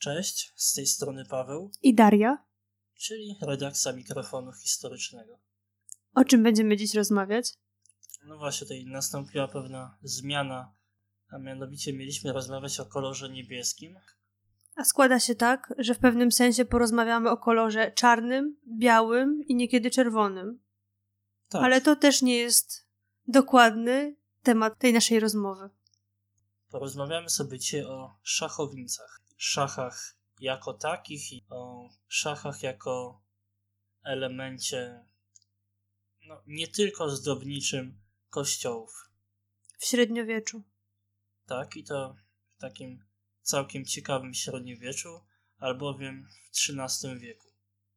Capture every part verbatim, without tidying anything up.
Cześć, z tej strony Paweł i Daria, czyli redakcja Mikrofonu Historycznego. O czym będziemy dziś rozmawiać? No właśnie, tutaj nastąpiła pewna zmiana, a mianowicie mieliśmy rozmawiać o kolorze niebieskim. A składa się tak, że w pewnym sensie porozmawiamy o kolorze czarnym, białym i niekiedy czerwonym. Tak. Ale to też nie jest dokładny temat tej naszej rozmowy. Porozmawiamy sobie dzisiaj o szachownicach. Szachach jako takich i o szachach jako elemencie no, nie tylko zdobniczym kościołów. W średniowieczu. Tak, i to w takim całkiem ciekawym średniowieczu, albowiem w trzynastym wieku.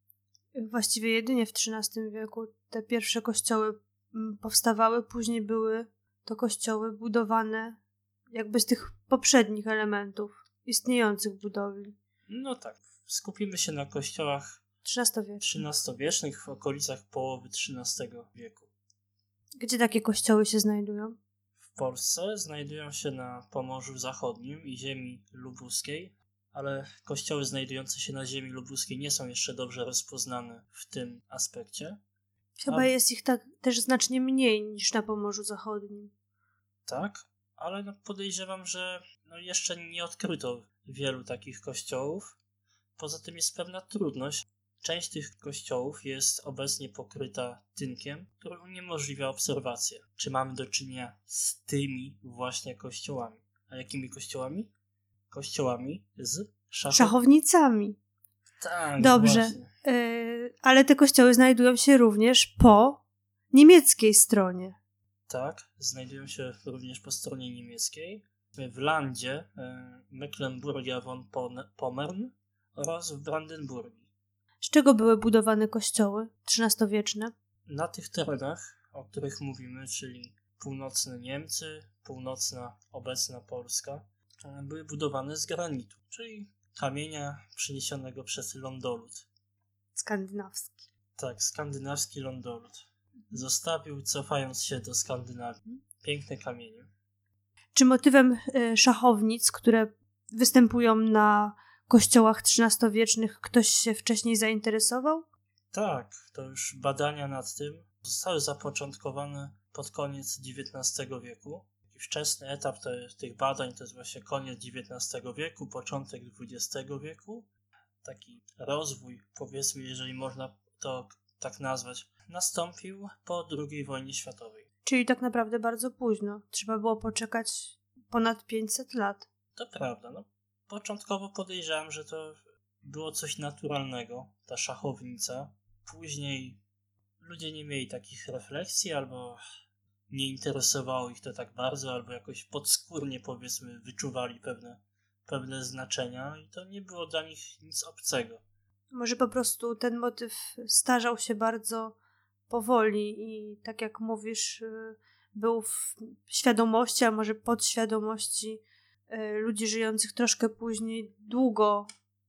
Właściwie jedynie w trzynastym wieku te pierwsze kościoły powstawały, później były to kościoły budowane jakby z tych poprzednich elementów istniejących budowli. No tak, skupimy się na kościołach trzynastowiecznych. trzynastowiecznych w okolicach połowy trzynastego wieku. Gdzie takie kościoły się znajdują? W Polsce znajdują się na Pomorzu Zachodnim i ziemi lubuskiej, ale kościoły znajdujące się na ziemi lubuskiej nie są jeszcze dobrze rozpoznane w tym aspekcie. Chyba a... jest ich tak też znacznie mniej niż na Pomorzu Zachodnim. Tak, ale no podejrzewam, że no jeszcze nie odkryto wielu takich kościołów. Poza tym jest pewna trudność. Część tych kościołów jest obecnie pokryta tynkiem, który uniemożliwia obserwację. Czy mamy do czynienia z tymi właśnie kościołami? A jakimi kościołami? Kościołami z szachow... szachownicami. Tak, dobrze. Yy, ale te kościoły znajdują się również po niemieckiej stronie. Tak, znajdują się również po stronie niemieckiej. W landzie e, Mecklenburgia von Pommern oraz w Brandenburgii. Z czego były budowane kościoły trzynastowieczne? Na tych terenach, o których mówimy, czyli północne Niemcy, północna obecna Polska, były budowane z granitu, czyli kamienia przyniesionego przez lądolud. Skandynawski. Tak, skandynawski lądolud. Zostawił, cofając się do Skandynawii, piękne kamienie. Czy motywem y, szachownic, które występują na kościołach trzynastowiecznych, ktoś się wcześniej zainteresował? Tak, to już badania nad tym zostały zapoczątkowane pod koniec dziewiętnastego wieku. Taki wczesny etap te, tych badań to jest właśnie koniec dziewiętnastego wieku, początek dwudziestego wieku. Taki rozwój, powiedzmy, jeżeli można to tak nazwać, nastąpił po drugiej wojnie światowej. Czyli tak naprawdę bardzo późno. Trzeba było poczekać ponad pięćset lat. To prawda. No, początkowo podejrzewam, że to było coś naturalnego, ta szachownica. Później ludzie nie mieli takich refleksji, albo nie interesowało ich to tak bardzo, albo jakoś podskórnie, powiedzmy, wyczuwali pewne, pewne znaczenia i to nie było dla nich nic obcego. Może po prostu ten motyw starzał się bardzo powoli i tak jak mówisz, był w świadomości, a może podświadomości ludzi żyjących troszkę później długo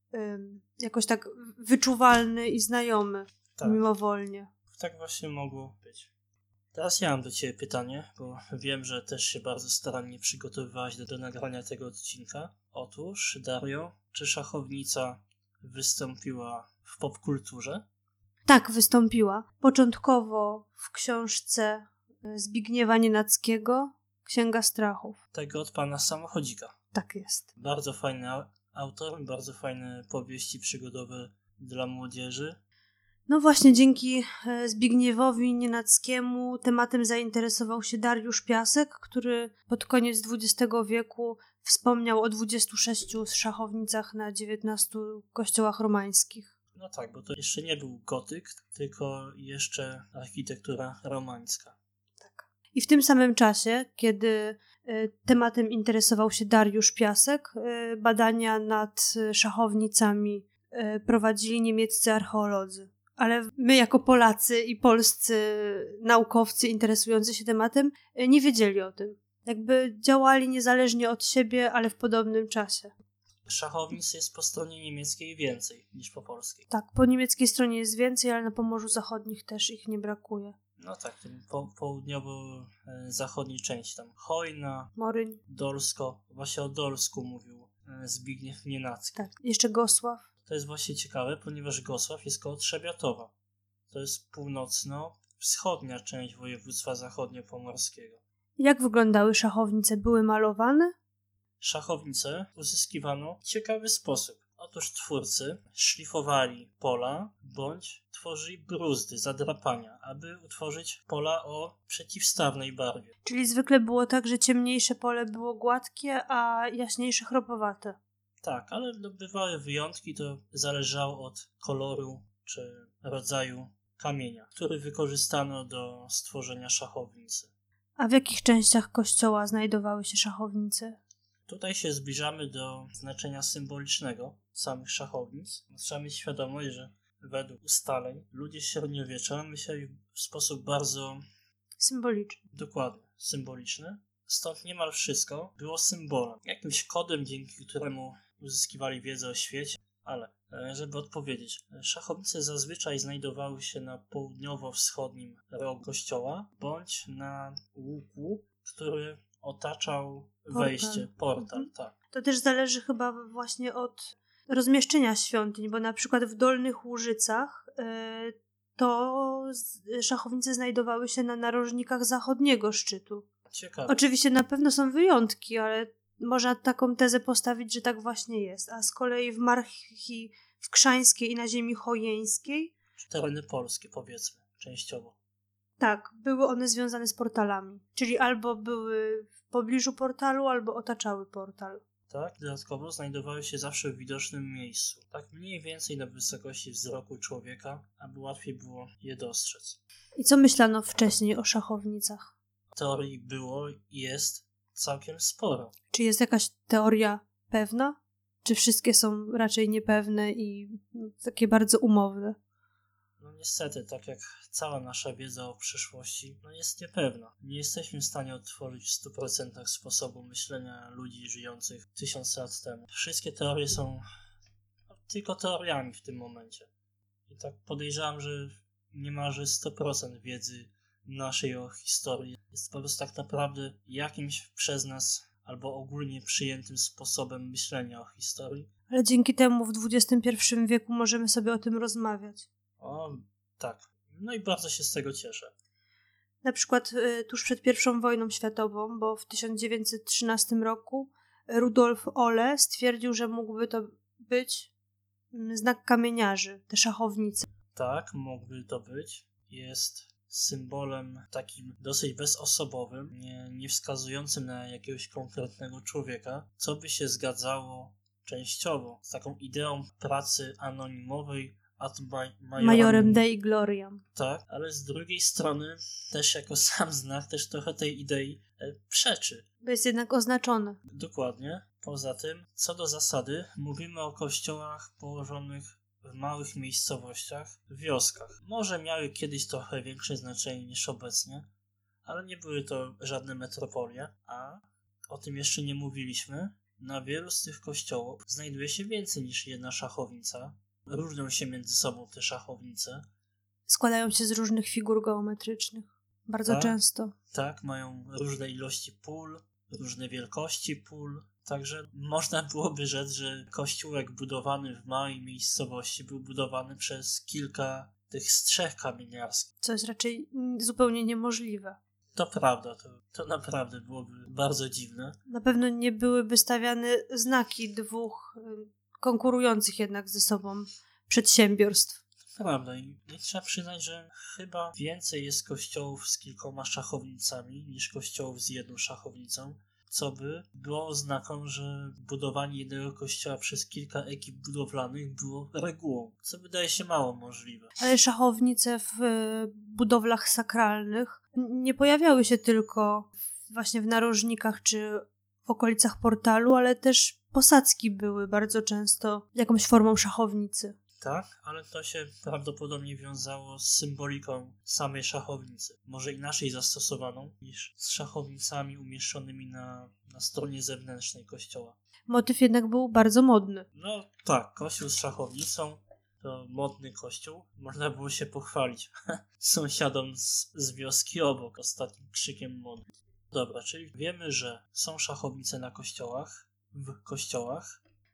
jakoś tak wyczuwalny i znajomy, tak. Mimowolnie. Tak właśnie mogło być. Teraz ja mam do Ciebie pytanie, bo wiem, że też się bardzo starannie przygotowywałaś do, do nagrania tego odcinka. Otóż, Dario, czy szachownica wystąpiła w popkulturze? Tak, wystąpiła. Początkowo w książce Zbigniewa Nienackiego Księga Strachów. Tego od pana Samochodzika. Tak jest. Bardzo fajny autor, bardzo fajne powieści przygodowe dla młodzieży. No właśnie dzięki Zbigniewowi Nienackiemu tematem zainteresował się Dariusz Piasek, który pod koniec dwudziestego wieku wspomniał o dwudziestu sześciu szachownicach na dziewiętnastu kościołach romańskich. No tak, bo to jeszcze nie był gotyk, tylko jeszcze architektura romańska. Tak. I w tym samym czasie, kiedy y, tematem interesował się Dariusz Piasek, y, badania nad szachownicami y, prowadzili niemieccy archeolodzy. Ale my jako Polacy i polscy naukowcy interesujący się tematem y, nie wiedzieli o tym. Jakby działali niezależnie od siebie, ale w podobnym czasie. Szachownic jest po stronie niemieckiej więcej niż po polskiej. Tak, po niemieckiej stronie jest więcej, ale na Pomorzu Zachodnich też ich nie brakuje. No tak, po, południowo-zachodniej części tam Chojna, Moryń, Dolsko, właśnie o Dolsku mówił Zbigniew Nienacki. Tak, jeszcze Gosław. To jest właśnie ciekawe, ponieważ Gosław jest koło Trzebiatowa. To jest północno-wschodnia część województwa zachodniopomorskiego. Jak wyglądały szachownice? Były malowane? Szachownice uzyskiwano w ciekawy sposób. Otóż twórcy szlifowali pola bądź tworzyli bruzdy, zadrapania, aby utworzyć pola o przeciwstawnej barwie. Czyli zwykle było tak, że ciemniejsze pole było gładkie, a jaśniejsze chropowate. Tak, ale no, bywały wyjątki, to zależało od koloru czy rodzaju kamienia, który wykorzystano do stworzenia szachownicy. A w jakich częściach kościoła znajdowały się szachownice? Tutaj się zbliżamy do znaczenia symbolicznego samych szachownic. Trzeba mieć świadomość, że według ustaleń ludzie średniowiecza myśleli w sposób bardzo Symboliczne. dokładny, symboliczny. Stąd niemal wszystko było symbolem, jakimś kodem, dzięki któremu uzyskiwali wiedzę o świecie. Ale, żeby odpowiedzieć, szachownice zazwyczaj znajdowały się na południowo-wschodnim rogu kościoła, bądź na łuku, który otaczał Portal. wejście, portal, Mhm. tak. To też zależy chyba właśnie od rozmieszczenia świątyń, bo na przykład w Dolnych Łużycach yy, to z- szachownice znajdowały się na narożnikach zachodniego szczytu. Ciekawe. Oczywiście na pewno są wyjątki, ale można taką tezę postawić, że tak właśnie jest. A z kolei w Marchi Wkrzańskiej i na ziemi chojeńskiej, Tereny polskie, powiedzmy, częściowo. tak, były one związane z portalami. Czyli albo były w pobliżu portalu, albo otaczały portal. Tak, dodatkowo znajdowały się zawsze w widocznym miejscu, tak mniej więcej na wysokości wzroku człowieka, aby łatwiej było je dostrzec. I co myślano wcześniej o szachownicach? Teorii było i jest całkiem sporo. Czy jest jakaś teoria pewna? Czy wszystkie są raczej niepewne i no, takie bardzo umowne? No niestety, tak jak cała nasza wiedza o przyszłości, no jest niepewna. Nie jesteśmy w stanie odtworzyć w stu procentach sposobu myślenia ludzi żyjących tysiąc lat temu. Wszystkie teorie są no, tylko teoriami w tym momencie. I tak podejrzewam, że niemalże sto procent wiedzy naszej o historii jest po prostu tak naprawdę jakimś przez nas albo ogólnie przyjętym sposobem myślenia o historii. Ale dzięki temu w dwudziestym pierwszym wieku możemy sobie o tym rozmawiać. O, tak. No i bardzo się z tego cieszę. Na przykład y, tuż przed pierwszą wojną światową, bo w tysiąc dziewięćset trzynastym roku Rudolf Ole stwierdził, że mógłby to być mm, znak kamieniarzy, te szachownice. Tak, mógłby to być. Jest symbolem takim dosyć bezosobowym, nie, nie wskazującym na jakiegoś konkretnego człowieka, co by się zgadzało częściowo z taką ideą pracy anonimowej ad ma- majorem, Majorem Dei Gloriam. Tak, ale z drugiej strony też jako sam znak też trochę tej idei e, przeczy. Bo jest jednak oznaczone. Dokładnie. Poza tym, co do zasady, mówimy o kościołach położonych w małych miejscowościach, wioskach. Może miały kiedyś trochę większe znaczenie niż obecnie, ale nie były to żadne metropolie, a o tym jeszcze nie mówiliśmy. Na wielu z tych kościołów znajduje się więcej niż jedna szachownica. Różnią się między sobą te szachownice. Składają się z różnych figur geometrycznych. Bardzo Tak. często. Tak, mają różne ilości pól, różne wielkości pól. Także można byłoby rzec, że kościółek budowany w małej miejscowości był budowany przez kilka tych strzech kamieniarskich. Co jest raczej mm, zupełnie niemożliwe. To prawda, to, to naprawdę byłoby bardzo dziwne. Na pewno nie byłyby stawiane znaki dwóch y, konkurujących jednak ze sobą przedsiębiorstw. Prawda i, i trzeba przyznać, że chyba więcej jest kościołów z kilkoma szachownicami niż kościołów z jedną szachownicą, co by było oznaką, że budowanie jednego kościoła przez kilka ekip budowlanych było regułą, co wydaje się mało możliwe. Ale szachownice w y, budowlach sakralnych n- nie pojawiały się tylko właśnie w narożnikach czy w okolicach portalu, ale też posadzki były bardzo często jakąś formą szachownicy. Tak, ale to się prawdopodobnie wiązało z symboliką samej szachownicy. Może inaczej zastosowaną niż z szachownicami umieszczonymi na, na stronie zewnętrznej kościoła. Motyw jednak był bardzo modny. No tak, kościół z szachownicą to modny kościół. Można było się pochwalić sąsiadom z, z wioski obok ostatnim krzykiem mody. Dobra, czyli wiemy, że są szachownice na kościołach, w kościołach,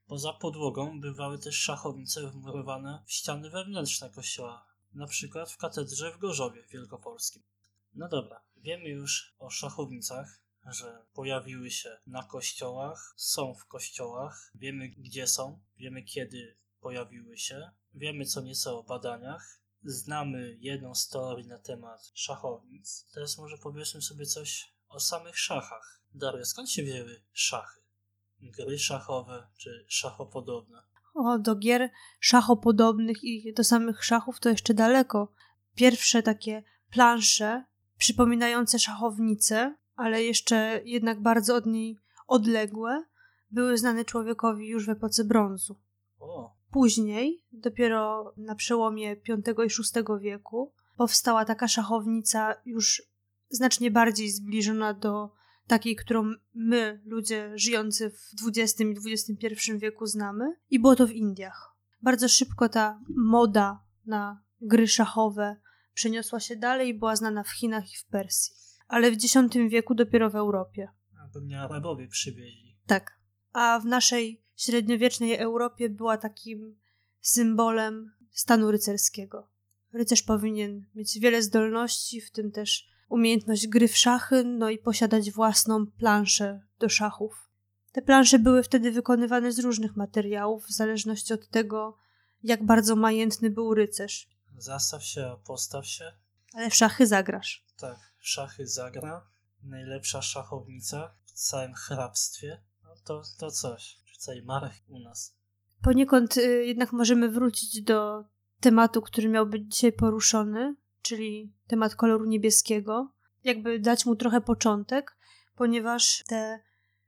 Poza podłogą bywały też szachownice wmurowane w ściany wewnętrzne kościoła, na przykład w katedrze w Gorzowie Wielkopolskim. No dobra, wiemy już o szachownicach, że pojawiły się na kościołach, są w kościołach, wiemy gdzie są, wiemy kiedy pojawiły się, wiemy co nieco o badaniach, znamy jedną z teorii na temat szachownic. Teraz może powiedzmy sobie coś o samych szachach. Daria, skąd się wzięły szachy? Gry szachowe czy szachopodobne? O, do gier szachopodobnych i do samych szachów to jeszcze daleko. Pierwsze takie plansze przypominające szachownice, ale jeszcze jednak bardzo od niej odległe, były znane człowiekowi już w epoce brązu. O. Później, dopiero na przełomie piątego i szóstego wieku, powstała taka szachownica już znacznie bardziej zbliżona do takiej, którą my, ludzie żyjący w dwudziestym i dwudziestym pierwszym wieku znamy. I było to w Indiach. Bardzo szybko ta moda na gry szachowe przeniosła się dalej i była znana w Chinach i w Persji. Ale w dziesiątym wieku dopiero w Europie. A pewnie Arabowie przywieźli. Tak. A w naszej średniowiecznej Europie była takim symbolem stanu rycerskiego. Rycerz powinien mieć wiele zdolności, w tym też umiejętność gry w szachy, no i posiadać własną planszę do szachów. Te plansze były wtedy wykonywane z różnych materiałów, w zależności od tego, jak bardzo majętny był rycerz. Zastaw się, a postaw się. Ale w szachy zagrasz. Tak, w szachy zagra. Najlepsza szachownica w całym hrabstwie. No to, to coś. W całej marach u nas. Poniekąd y, jednak możemy wrócić do tematu, który miał być dzisiaj poruszony, czyli temat koloru niebieskiego. Jakby dać mu trochę początek, ponieważ te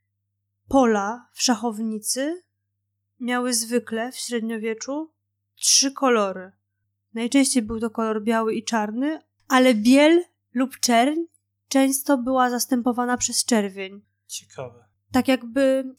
pola w szachownicy miały zwykle w średniowieczu trzy kolory. Najczęściej był to kolor biały i czarny, ale biel lub czerń często była zastępowana przez czerwień. Ciekawe. Tak jakby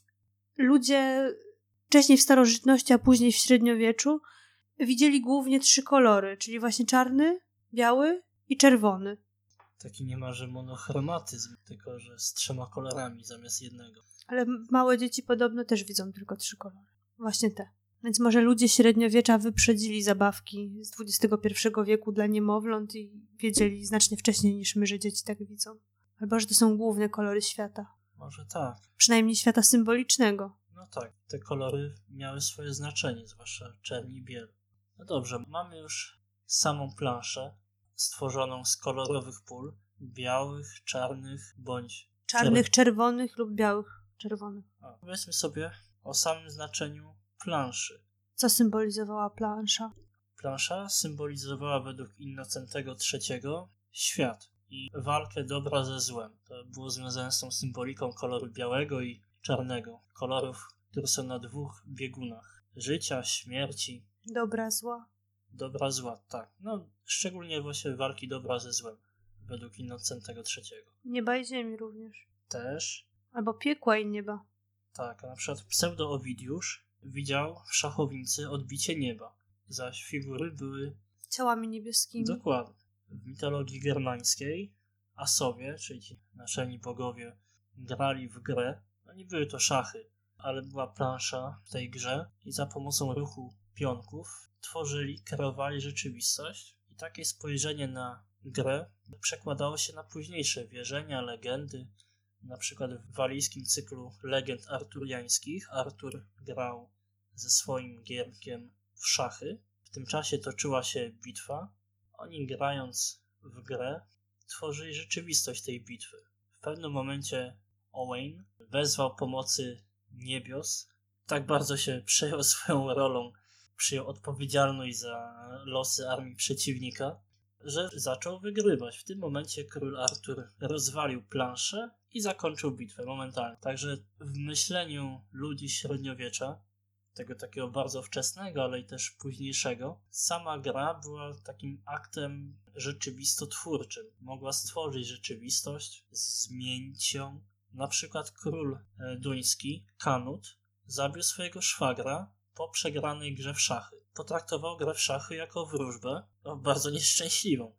ludzie wcześniej w starożytności, a później w średniowieczu widzieli głównie trzy kolory, czyli właśnie czarny, biały i czerwony. Taki niemalże monochromatyzm, tylko że z trzema kolorami zamiast jednego. Ale małe dzieci podobno też widzą tylko trzy kolory. Właśnie te. Więc może ludzie średniowiecza wyprzedzili zabawki z dwudziestego pierwszego wieku dla niemowląt i wiedzieli znacznie wcześniej niż my, że dzieci tak widzą. Albo że to są główne kolory świata. Może tak. Przynajmniej świata symbolicznego. No tak, te kolory miały swoje znaczenie, zwłaszcza czerń i biel. No dobrze, mamy już samą planszę stworzoną z kolorowych pól, białych, czarnych bądź Czarnych, czerw- czerwonych lub białych, czerwonych. A, powiedzmy sobie o samym znaczeniu planszy. Co symbolizowała plansza? Plansza symbolizowała według Innocentego trzeciego świat i walkę dobra ze złem. To było związane z tą symboliką koloru białego i czarnego. Kolorów, które są na dwóch biegunach. Życia, śmierci, Dobra, zła. dobra, zła, tak. No, szczególnie właśnie walki dobra ze złem, według Innocentego trzeciego. Nieba i ziemi również. Też, Albo piekła i nieba. tak, a na przykład Pseudo-Owidiusz widział w szachownicy odbicie nieba, zaś figury były Ciałami niebieskimi. dokładnie. W mitologii germańskiej Asowie, czyli ci naczelni bogowie, grali w grę. No nie były to szachy, ale była plansza w tej grze i za pomocą ruchu pionków tworzyli, kreowali rzeczywistość. I takie spojrzenie na grę przekładało się na późniejsze wierzenia, legendy. Na przykład w walijskim cyklu legend arturiańskich Artur grał ze swoim gierkiem w szachy. W tym czasie toczyła się bitwa. Oni, grając w grę, tworzyli rzeczywistość tej bitwy. W pewnym momencie Owain wezwał pomocy niebios. Tak bardzo się przejął swoją rolą, przyjął odpowiedzialność za losy armii przeciwnika, że zaczął wygrywać. W tym momencie król Artur rozwalił planszę i zakończył bitwę momentalnie. Także w myśleniu ludzi średniowiecza, tego takiego bardzo wczesnego, ale i też późniejszego, sama gra była takim aktem rzeczywistotwórczym. Mogła stworzyć rzeczywistość, zmienić ją. Na przykład król duński, Kanut, zabił swojego szwagra po przegranej grze w szachy. Potraktował grę w szachy jako wróżbę, no, bardzo nieszczęśliwą.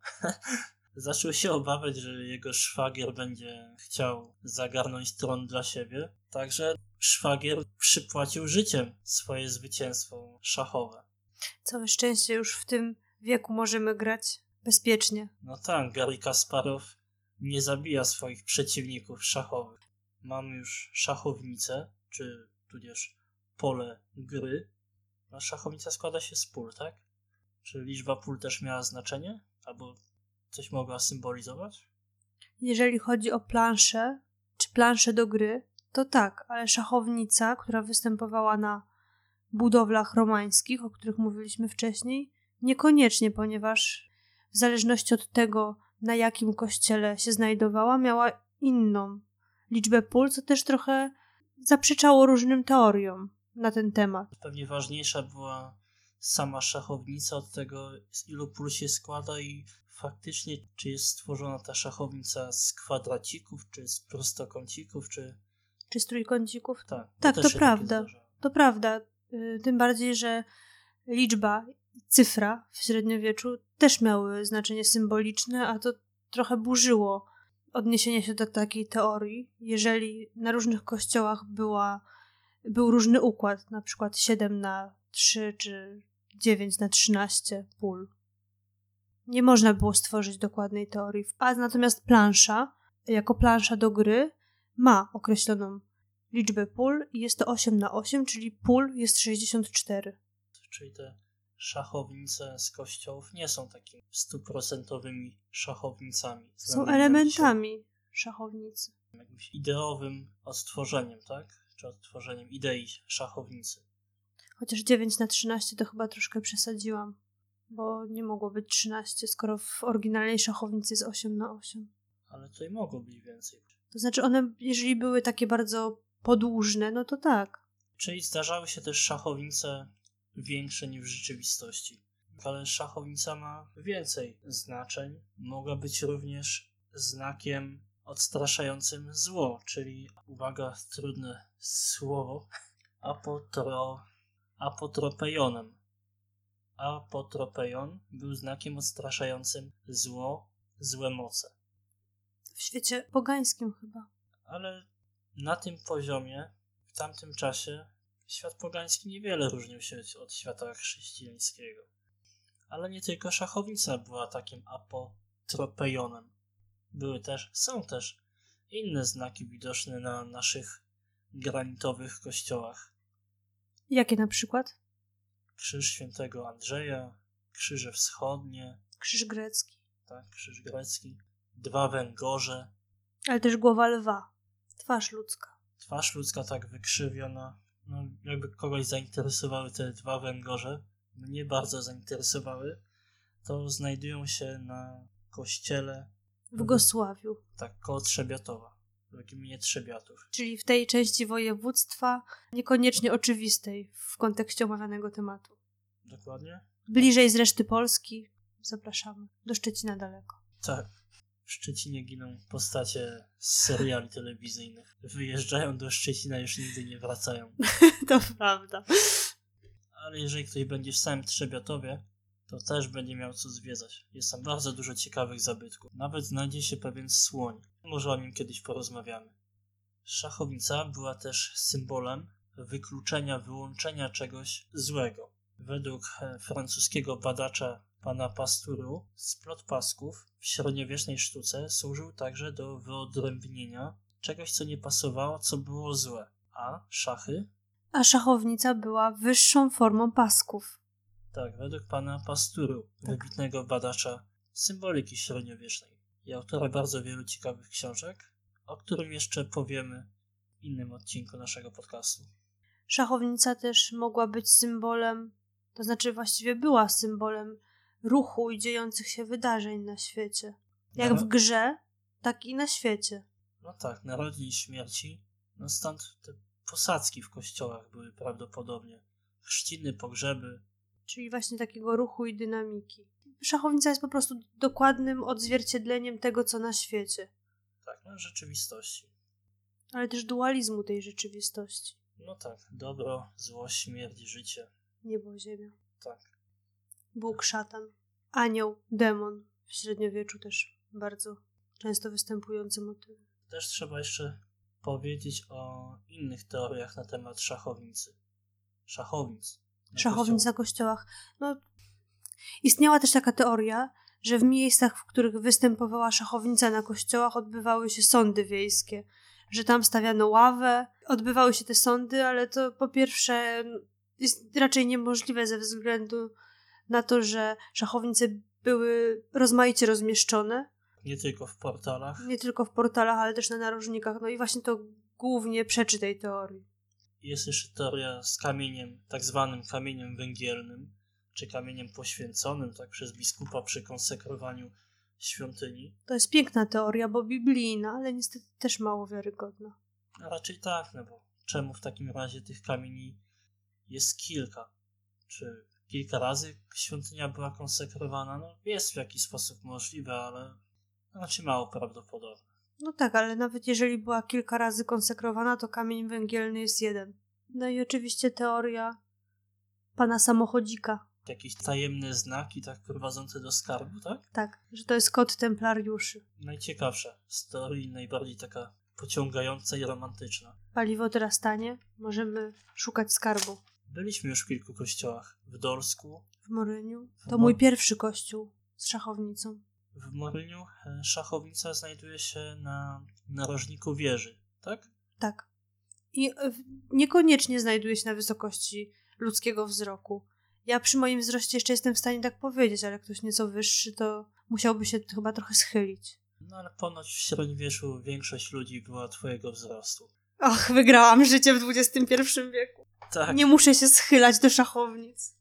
Zaczął się obawiać, że jego szwagier będzie chciał zagarnąć tron dla siebie Także szwagier przypłacił życiem swoje zwycięstwo szachowe. Całe szczęście już w tym wieku możemy grać bezpiecznie. No tak, Garry Kasparow nie zabija swoich przeciwników szachowych. Mamy już szachownicę, czy tudzież pole gry. No, szachownica składa się z pól, tak? Czy liczba pól też miała znaczenie? Albo coś mogła symbolizować? Jeżeli chodzi o planszę, czy planszę do gry, to tak, ale szachownica, która występowała na budowlach romańskich, o których mówiliśmy wcześniej, niekoniecznie, ponieważ w zależności od tego, na jakim kościele się znajdowała, miała inną liczbę pól, co też trochę zaprzeczało różnym teoriom na ten temat. Pewnie ważniejsza była sama szachownica od tego, z ilu pól się składa i faktycznie, czy jest stworzona ta szachownica z kwadracików, czy z prostokącików, czy... Czy z trójkącików? Tak, tak też to się prawda. takie To prawda. Yy, tym bardziej, że liczba, cyfra w średniowieczu też miały znaczenie symboliczne, a to trochę burzyło odniesienie się do takiej teorii. Jeżeli na różnych kościołach była, był różny układ, na przykład siedem na trzy czy dziewięć na trzynaście pól. Nie można było stworzyć dokładnej teorii. A natomiast plansza, jako plansza do gry, ma określoną liczbę pól i jest to osiem na osiem, czyli pól jest sześćdziesiąt cztery. Czyli te szachownice z kościołów nie są takimi stuprocentowymi szachownicami. Są elementami szachownicy. Jakimś ideowym odtworzeniem, tak? Czy odtworzeniem idei szachownicy. Chociaż dziewięć na trzynaście to chyba troszkę przesadziłam, bo nie mogło być trzynaście, skoro w oryginalnej szachownicy jest osiem na osiem. Ale tutaj mogło być więcej. To znaczy one, jeżeli były takie bardzo podłużne, no to tak. Czyli zdarzały się też szachownice większe niż w rzeczywistości. Ale szachownica ma więcej znaczeń. Mogła być również znakiem odstraszającym zło, czyli, uwaga, trudne słowo, apotro, apotropejonem. Apotropeion był znakiem odstraszającym zło, złe moce. W świecie pogańskim chyba. Ale na tym poziomie, w tamtym czasie, świat pogański niewiele różnił się od świata chrześcijańskiego. Ale nie tylko szachownica była takim apotropejonem. Były też, są też inne znaki widoczne na naszych granitowych kościołach. Jakie na przykład? Krzyż świętego Andrzeja, krzyże wschodnie, Krzyż grecki. tak, krzyż grecki, dwa węgorze. Ale też głowa lwa. Twarz ludzka. Twarz ludzka tak wykrzywiona. No, jakby kogoś zainteresowały te dwa węgorze, mnie bardzo zainteresowały, to znajdują się na kościele W Gosławiu. tak, koło Trzebiatowa, w gminie Trzebiatów. Czyli w tej części województwa niekoniecznie oczywistej w kontekście omawianego tematu. Dokładnie? Bliżej z reszty Polski zapraszamy. Do Szczecina daleko. Tak. W Szczecinie giną postacie z seriali telewizyjnych. Wyjeżdżają do Szczecina, już nigdy nie wracają. To prawda. Ale jeżeli ktoś będzie w samym Trzebiatowie, to też będzie miał co zwiedzać. Jest tam bardzo dużo ciekawych zabytków. Nawet znajdzie się pewien słoń. Może o nim kiedyś porozmawiamy. Szachownica była też symbolem wykluczenia, wyłączenia czegoś złego. Według francuskiego badacza pana Pasturu, splot pasków w średniowiecznej sztuce służył także do wyodrębnienia czegoś, co nie pasowało, co było złe. A szachy? A szachownica była wyższą formą pasków. Tak, według pana Pasturu, Tak. wybitnego badacza symboliki średniowiecznej i autora bardzo wielu ciekawych książek, o którym jeszcze powiemy w innym odcinku naszego podcastu. Szachownica też mogła być symbolem, to znaczy właściwie była symbolem ruchu i dziejących się wydarzeń na świecie. Jak w grze, tak i na świecie. No tak, narodzin i śmierci. No stąd te posadzki w kościołach były prawdopodobnie. Chrzciny, pogrzeby. Czyli właśnie takiego ruchu i dynamiki. Szachownica jest po prostu dokładnym odzwierciedleniem tego, co na świecie. Tak, no rzeczywistości. Ale też dualizmu tej rzeczywistości. No tak, dobro, zło, śmierć, życie. Niebo, ziemia. Tak. Bóg, szatan. Anioł, demon. W średniowieczu też bardzo często występujące motywy. Też trzeba jeszcze powiedzieć o innych teoriach na temat szachownicy. Szachownic. Na Szachownic na kościołach. kościołach. No, istniała też taka teoria, że w miejscach, w których występowała szachownica na kościołach, odbywały się sądy wiejskie. Że tam stawiano ławę, odbywały się te sądy, ale to po pierwsze jest raczej niemożliwe ze względu na to, że szachownice były rozmaicie rozmieszczone. Nie tylko w portalach. Nie tylko w portalach, ale też na narożnikach. No i właśnie to głównie przeczy tej teorii. Jest jeszcze teoria z kamieniem, tak zwanym kamieniem węgielnym, czy kamieniem poświęconym, tak, przez biskupa przy konsekrowaniu świątyni. To jest piękna teoria, bo biblijna, ale niestety też mało wiarygodna. A raczej tak, no bo czemu w takim razie tych kamieni jest kilka? Czy kilka razy świątynia była konsekrowana? No jest w jakiś sposób możliwe, ale raczej mało prawdopodobne. No tak, ale nawet jeżeli była kilka razy konsekrowana, to kamień węgielny jest jeden. No i oczywiście teoria pana samochodzika. Jakieś tajemne znaki, tak, prowadzące do skarbu, tak? Tak, że to jest kod templariuszy. Najciekawsza z teorii, najbardziej taka pociągająca i romantyczna. Paliwo teraz tanie, możemy szukać skarbu. Byliśmy już w kilku kościołach. W Dolsku. W Moryniu. W To Mo- mój pierwszy kościół z szachownicą. W Moryniu e, szachownica znajduje się na narożniku wieży, tak? Tak. I e, niekoniecznie znajduje się na wysokości ludzkiego wzroku. Ja przy moim wzroście jeszcze jestem w stanie tak powiedzieć, ale ktoś nieco wyższy, to musiałby się chyba trochę schylić. No ale ponoć w średniowieczu większość ludzi była twojego wzrostu. Ach, wygrałam życie w dwudziestym pierwszym wieku. Tak. Nie muszę się schylać do szachownic.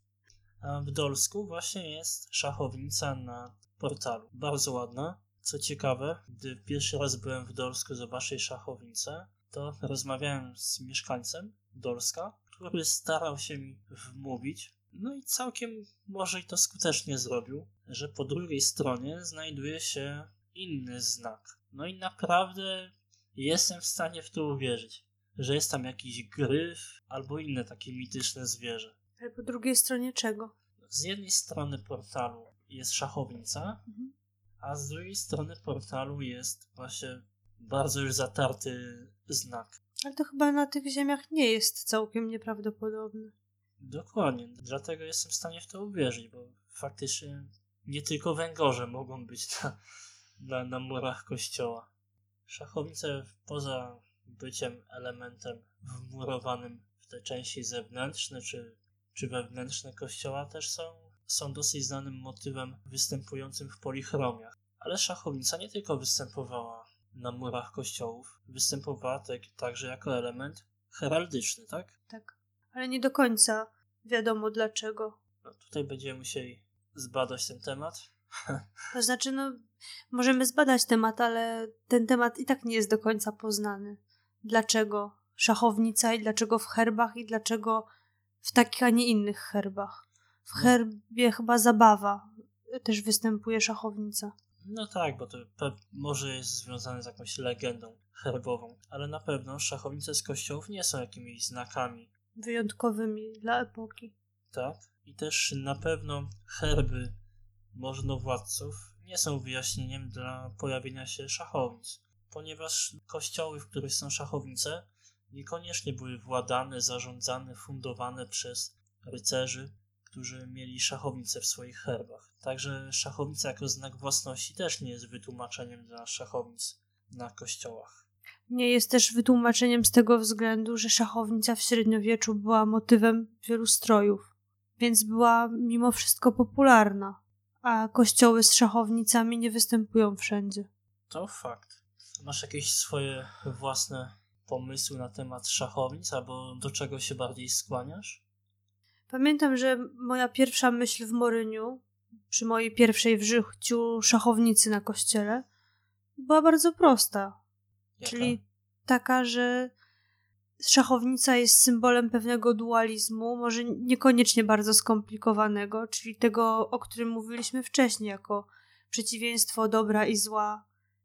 A w Dolsku właśnie jest szachownica na portalu. Bardzo ładna. Co ciekawe, gdy pierwszy raz byłem w Dolsku zobaczyć szachownicę, to rozmawiałem z mieszkańcem Dolska, który starał się mi wmówić, no i całkiem może i to skutecznie zrobił, że po drugiej stronie znajduje się inny znak. No i naprawdę jestem w stanie w to uwierzyć, że jest tam jakiś gryf albo inne takie mityczne zwierzę. Ale po drugiej stronie czego? Z jednej strony portalu jest szachownica, Mhm. a z drugiej strony portalu jest właśnie bardzo już zatarty znak. Ale to chyba na tych ziemiach nie jest całkiem nieprawdopodobne. Dokładnie, dlatego jestem w stanie w to uwierzyć, bo faktycznie nie tylko węgorze mogą być na, na, na murach kościoła. Szachownice poza byciem elementem wmurowanym w te części zewnętrzne czy, czy wewnętrzne kościoła też są, są dosyć znanym motywem występującym w polichromiach. Ale szachownica nie tylko występowała na murach kościołów, występowała tak, także jako element heraldyczny, tak? Tak. Ale nie do końca wiadomo dlaczego. No tutaj będziemy musieli zbadać ten temat. To znaczy, no, możemy zbadać temat, ale ten temat i tak nie jest do końca poznany. Dlaczego szachownica i dlaczego w herbach i dlaczego w takich, a nie innych herbach. W No. herbie chyba zabawa też występuje szachownica. No tak, bo to pe- może jest związane z jakąś legendą herbową, ale na pewno szachownice z kościołów nie są jakimiś znakami, Wyjątkowymi dla epoki. tak? I też na pewno herby możnowładców nie są wyjaśnieniem dla pojawienia się szachownic, ponieważ kościoły, w których są szachownice, niekoniecznie były władane, zarządzane, fundowane przez rycerzy, którzy mieli szachownice w swoich herbach. Także szachownica jako znak własności też nie jest wytłumaczeniem dla szachownic na kościołach. Nie jest też wytłumaczeniem z tego względu, że szachownica w średniowieczu była motywem wielu strojów, więc była mimo wszystko popularna, a kościoły z szachownicami nie występują wszędzie. To fakt. Masz jakieś swoje własne pomysły na temat szachownic, albo do czego się bardziej skłaniasz? Pamiętam, że moja pierwsza myśl w Moryniu, przy mojej pierwszej w życiu szachownicy na kościele, była bardzo prosta. Jaka? Czyli taka, że szachownica jest symbolem pewnego dualizmu, może niekoniecznie bardzo skomplikowanego, czyli tego, o którym mówiliśmy wcześniej, jako przeciwieństwo dobra i zła,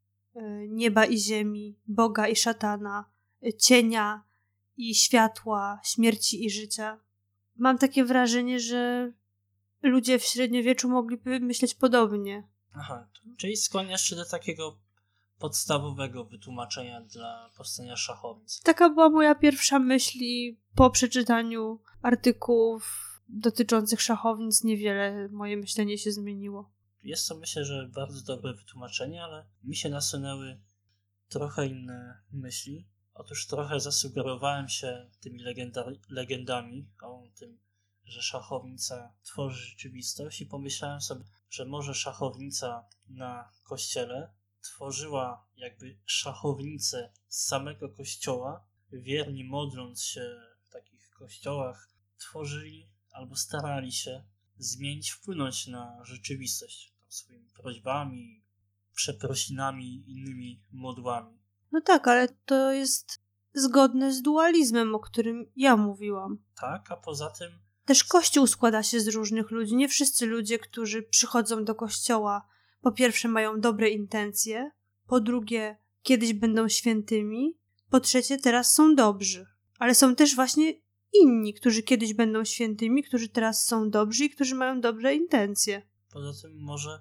nieba i ziemi, Boga i szatana, cienia i światła, śmierci i życia. Mam takie wrażenie, że ludzie w średniowieczu mogliby myśleć podobnie. Aha, czyli skłaniasz się do takiego podstawowego wytłumaczenia dla powstania szachownic. Taka była moja pierwsza myśl i po przeczytaniu artykułów dotyczących szachownic niewiele moje myślenie się zmieniło. Jest to, myślę, że bardzo dobre wytłumaczenie, ale mi się nasunęły trochę inne myśli. Otóż trochę zasugerowałem się tymi legenda- legendami o tym, że szachownica tworzy rzeczywistość i pomyślałem sobie, że może szachownica na kościele tworzyła jakby szachownicę z samego kościoła. Wierni, modląc się w takich kościołach, tworzyli albo starali się zmienić, wpłynąć na rzeczywistość tam swoimi prośbami, przeprosinami i innymi modłami. No tak, ale to jest zgodne z dualizmem, o którym ja mówiłam. Tak, a poza tym Też Kościół składa się z różnych ludzi. Nie wszyscy ludzie, którzy przychodzą do Kościoła, po pierwsze mają dobre intencje, po drugie kiedyś będą świętymi, po trzecie teraz są dobrzy. Ale są też właśnie inni, którzy kiedyś będą świętymi, którzy teraz są dobrzy i którzy mają dobre intencje. poza tym może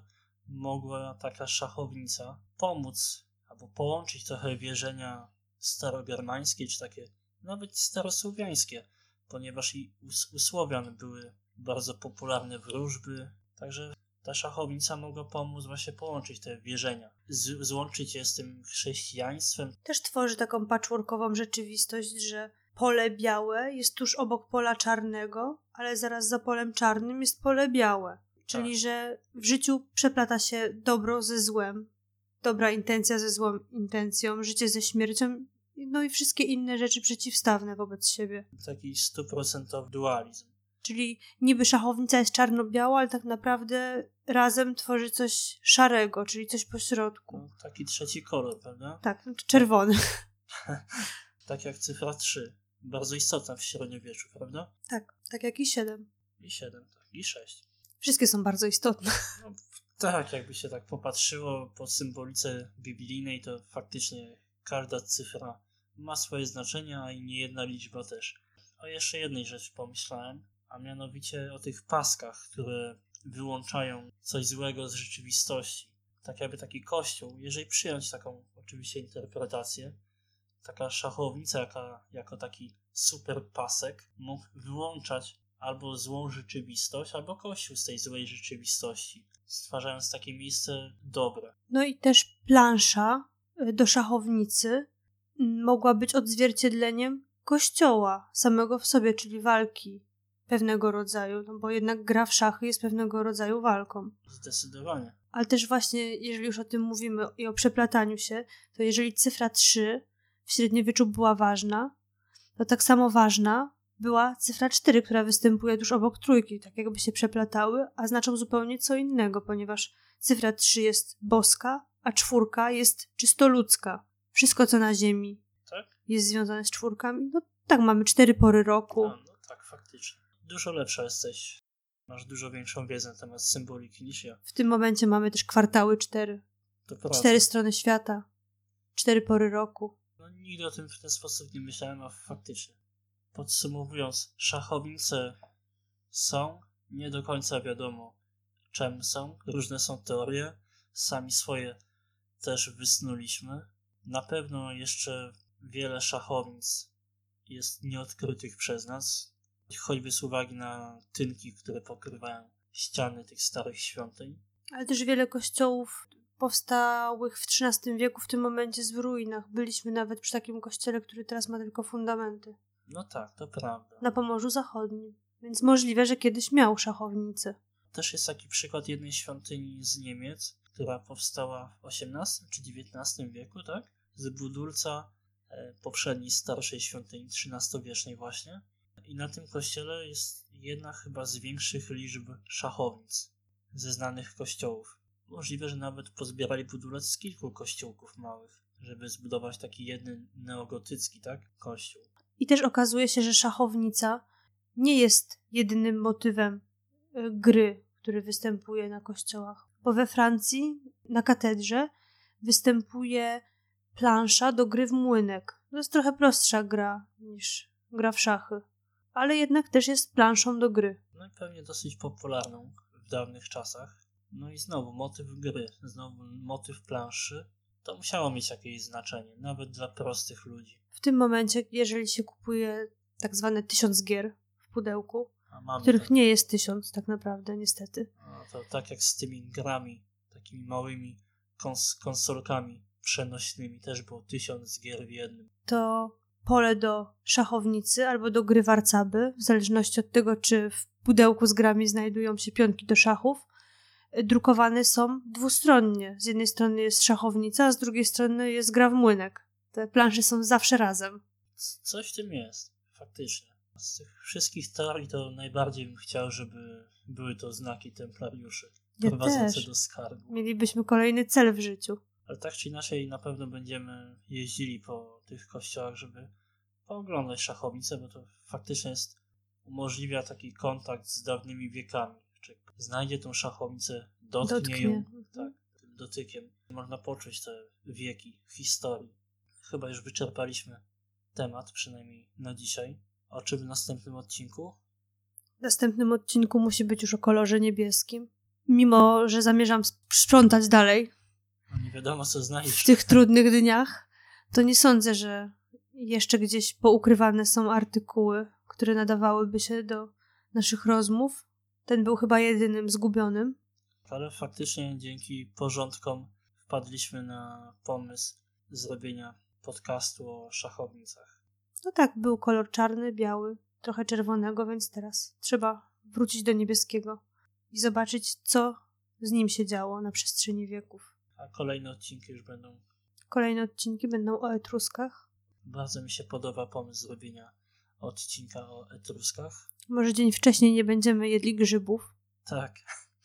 mogła taka szachownica pomóc albo połączyć trochę wierzenia starogermańskie, czy takie nawet starosłowiańskie, ponieważ i u Słowian były bardzo popularne wróżby, także ta szachownica mogła pomóc właśnie połączyć te wierzenia, z- złączyć je z tym chrześcijaństwem. Też tworzy taką patchworkową rzeczywistość, że pole białe jest tuż obok pola czarnego, ale zaraz za polem czarnym jest pole białe. Czyli, Tak. że w życiu przeplata się dobro ze złem, dobra intencja ze złą intencją, życie ze śmiercią, no i wszystkie inne rzeczy przeciwstawne wobec siebie. Taki stuprocentowy dualizm. Czyli niby szachownica jest czarno-biała, ale tak naprawdę razem tworzy coś szarego, czyli coś pośrodku. No, taki trzeci kolor, prawda? Tak, znaczy czerwony. Tak jak cyfra trzy. Bardzo istotna w średniowieczu, prawda? Tak, tak jak i siedem. I siedem, tak. I sześć. Wszystkie są bardzo istotne. No, tak, jakby się tak popatrzyło po symbolice biblijnej, to faktycznie każda cyfra ma swoje znaczenia, a i niejedna liczba też. O jeszcze jednej rzeczy pomyślałem, a mianowicie o tych paskach, które wyłączają coś złego z rzeczywistości. Tak jakby taki kościół, jeżeli przyjąć taką oczywiście interpretację, taka szachownica jaka, jako taki super pasek mógł wyłączać albo złą rzeczywistość, albo kościół z tej złej rzeczywistości, stwarzając takie miejsce dobre. No i też plansza y, do szachownicy m, mogła być odzwierciedleniem kościoła samego w sobie, czyli walki pewnego rodzaju, no bo jednak gra w szachy jest pewnego rodzaju walką. Zdecydowanie. Ale też właśnie, jeżeli już o tym mówimy i o przeplataniu się, to jeżeli cyfra trzy w średniowieczu była ważna, to tak samo ważna była cyfra cztery, która występuje tuż obok trójki, tak jakby się przeplatały, a znaczą zupełnie co innego, ponieważ cyfra trzy jest boska, a czwórka jest czysto ludzka. Wszystko, co na ziemi Tak? jest związane z czwórkami. No tak, mamy cztery pory roku. A, no tak, faktycznie. Dużo lepsza jesteś. Masz dużo większą wiedzę na temat symboliki niż ja. W tym momencie mamy też kwartały cztery. To prawda. Cztery strony świata. Cztery pory roku. No, nigdy o tym w ten sposób nie myślałem, a faktycznie. Podsumowując, szachownice są, nie do końca wiadomo czym są, różne są teorie, sami swoje też wysnuliśmy. Na pewno jeszcze wiele szachownic jest nieodkrytych przez nas, choćby z uwagi na tynki, które pokrywają ściany tych starych świątyń. Ale też wiele kościołów powstałych w trzynastym wieku w tym momencie jest w ruinach. Byliśmy nawet przy takim kościele, który teraz ma tylko fundamenty. No tak, to prawda. Na Pomorzu Zachodnim. Więc możliwe, że kiedyś miał szachownicę. Też jest taki przykład jednej świątyni z Niemiec, która powstała w osiemnastym czy dziewiętnastym wieku, tak? Z budulca e, poprzedniej starszej świątyni, trzynastowiecznej właśnie. I na tym kościele jest jedna chyba z większych liczb szachownic ze znanych kościołów. Możliwe, że nawet pozbierali budulec z kilku kościółków małych, żeby zbudować taki jeden neogotycki, tak? Kościół. I też okazuje się, że szachownica nie jest jedynym motywem y, gry, który występuje na kościołach. Bo we Francji na katedrze występuje plansza do gry w młynek. To jest trochę prostsza gra niż gra w szachy. Ale jednak też jest planszą do gry. No i pewnie dosyć popularną w dawnych czasach. No i znowu motyw gry, znowu motyw planszy. to musiało mieć jakieś znaczenie, nawet dla prostych ludzi. W tym momencie, jeżeli się kupuje tak zwane tysiąc gier w pudełku, A mamy których tak, nie jest tysiąc tak naprawdę, niestety. no to tak jak z tymi grami, takimi małymi kons- konsolkami przenośnymi, też było tysiąc gier w jednym. To pole do szachownicy albo do gry warcaby, w zależności od tego, czy w pudełku z grami znajdują się pionki do szachów, drukowane są dwustronnie. Z jednej strony jest szachownica, a z drugiej strony jest gra w młynek. Te plansze są zawsze razem. C- Coś w tym jest, faktycznie. Z tych wszystkich teorii to najbardziej bym chciał, żeby były to znaki templariuszy Ja prowadzące też. do skarbu. Mielibyśmy kolejny cel w życiu. Ale tak czy inaczej na pewno będziemy jeździli po tych kościołach, żeby pooglądać szachownicę, bo to faktycznie jest, umożliwia taki kontakt z dawnymi wiekami. Czy znajdzie tą szachownicę, dotknie, Dotknie. ją tak, tym dotykiem. Można poczuć te wieki historii. Chyba już wyczerpaliśmy temat, przynajmniej na dzisiaj. O czym w następnym odcinku? W następnym odcinku musi być już o kolorze niebieskim. Mimo, że zamierzam sprzątać dalej No nie wiadomo, co w znajdziesz. tych trudnych dniach, to nie sądzę, że jeszcze gdzieś poukrywane są artykuły, które nadawałyby się do naszych rozmów. Ten był chyba jedynym zgubionym. Ale faktycznie dzięki porządkom wpadliśmy na pomysł zrobienia podcastu o szachownicach. No tak, był kolor czarny, biały, trochę czerwonego, więc teraz trzeba wrócić do niebieskiego i zobaczyć, co z nim się działo na przestrzeni wieków. A kolejne odcinki już będą... Kolejne odcinki będą o Etruskach. Bardzo mi się podoba pomysł zrobienia odcinka o Etruskach. Może dzień wcześniej nie będziemy jedli grzybów. Tak.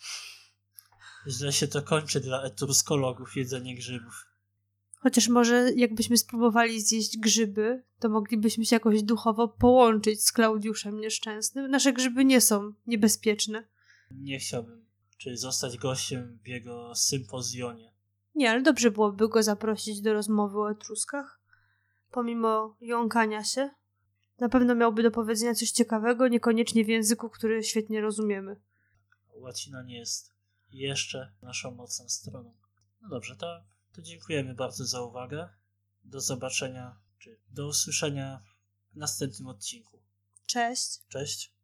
Źle się to kończy dla etruskologów, jedzenie grzybów. Chociaż może jakbyśmy spróbowali zjeść grzyby, to moglibyśmy się jakoś duchowo połączyć z Klaudiuszem Nieszczęsnym. Nasze grzyby nie są niebezpieczne. Nie chciałbym, czy zostać gościem w jego sympozjonie. Nie, ale dobrze byłoby go zaprosić do rozmowy o Etruskach. Pomimo jąkania się, na pewno miałby do powiedzenia coś ciekawego, niekoniecznie w języku, który świetnie rozumiemy. Łacina nie jest jeszcze naszą mocną stroną. No dobrze, to, to dziękujemy bardzo za uwagę. Do zobaczenia, czy do usłyszenia w następnym odcinku. Cześć! Cześć!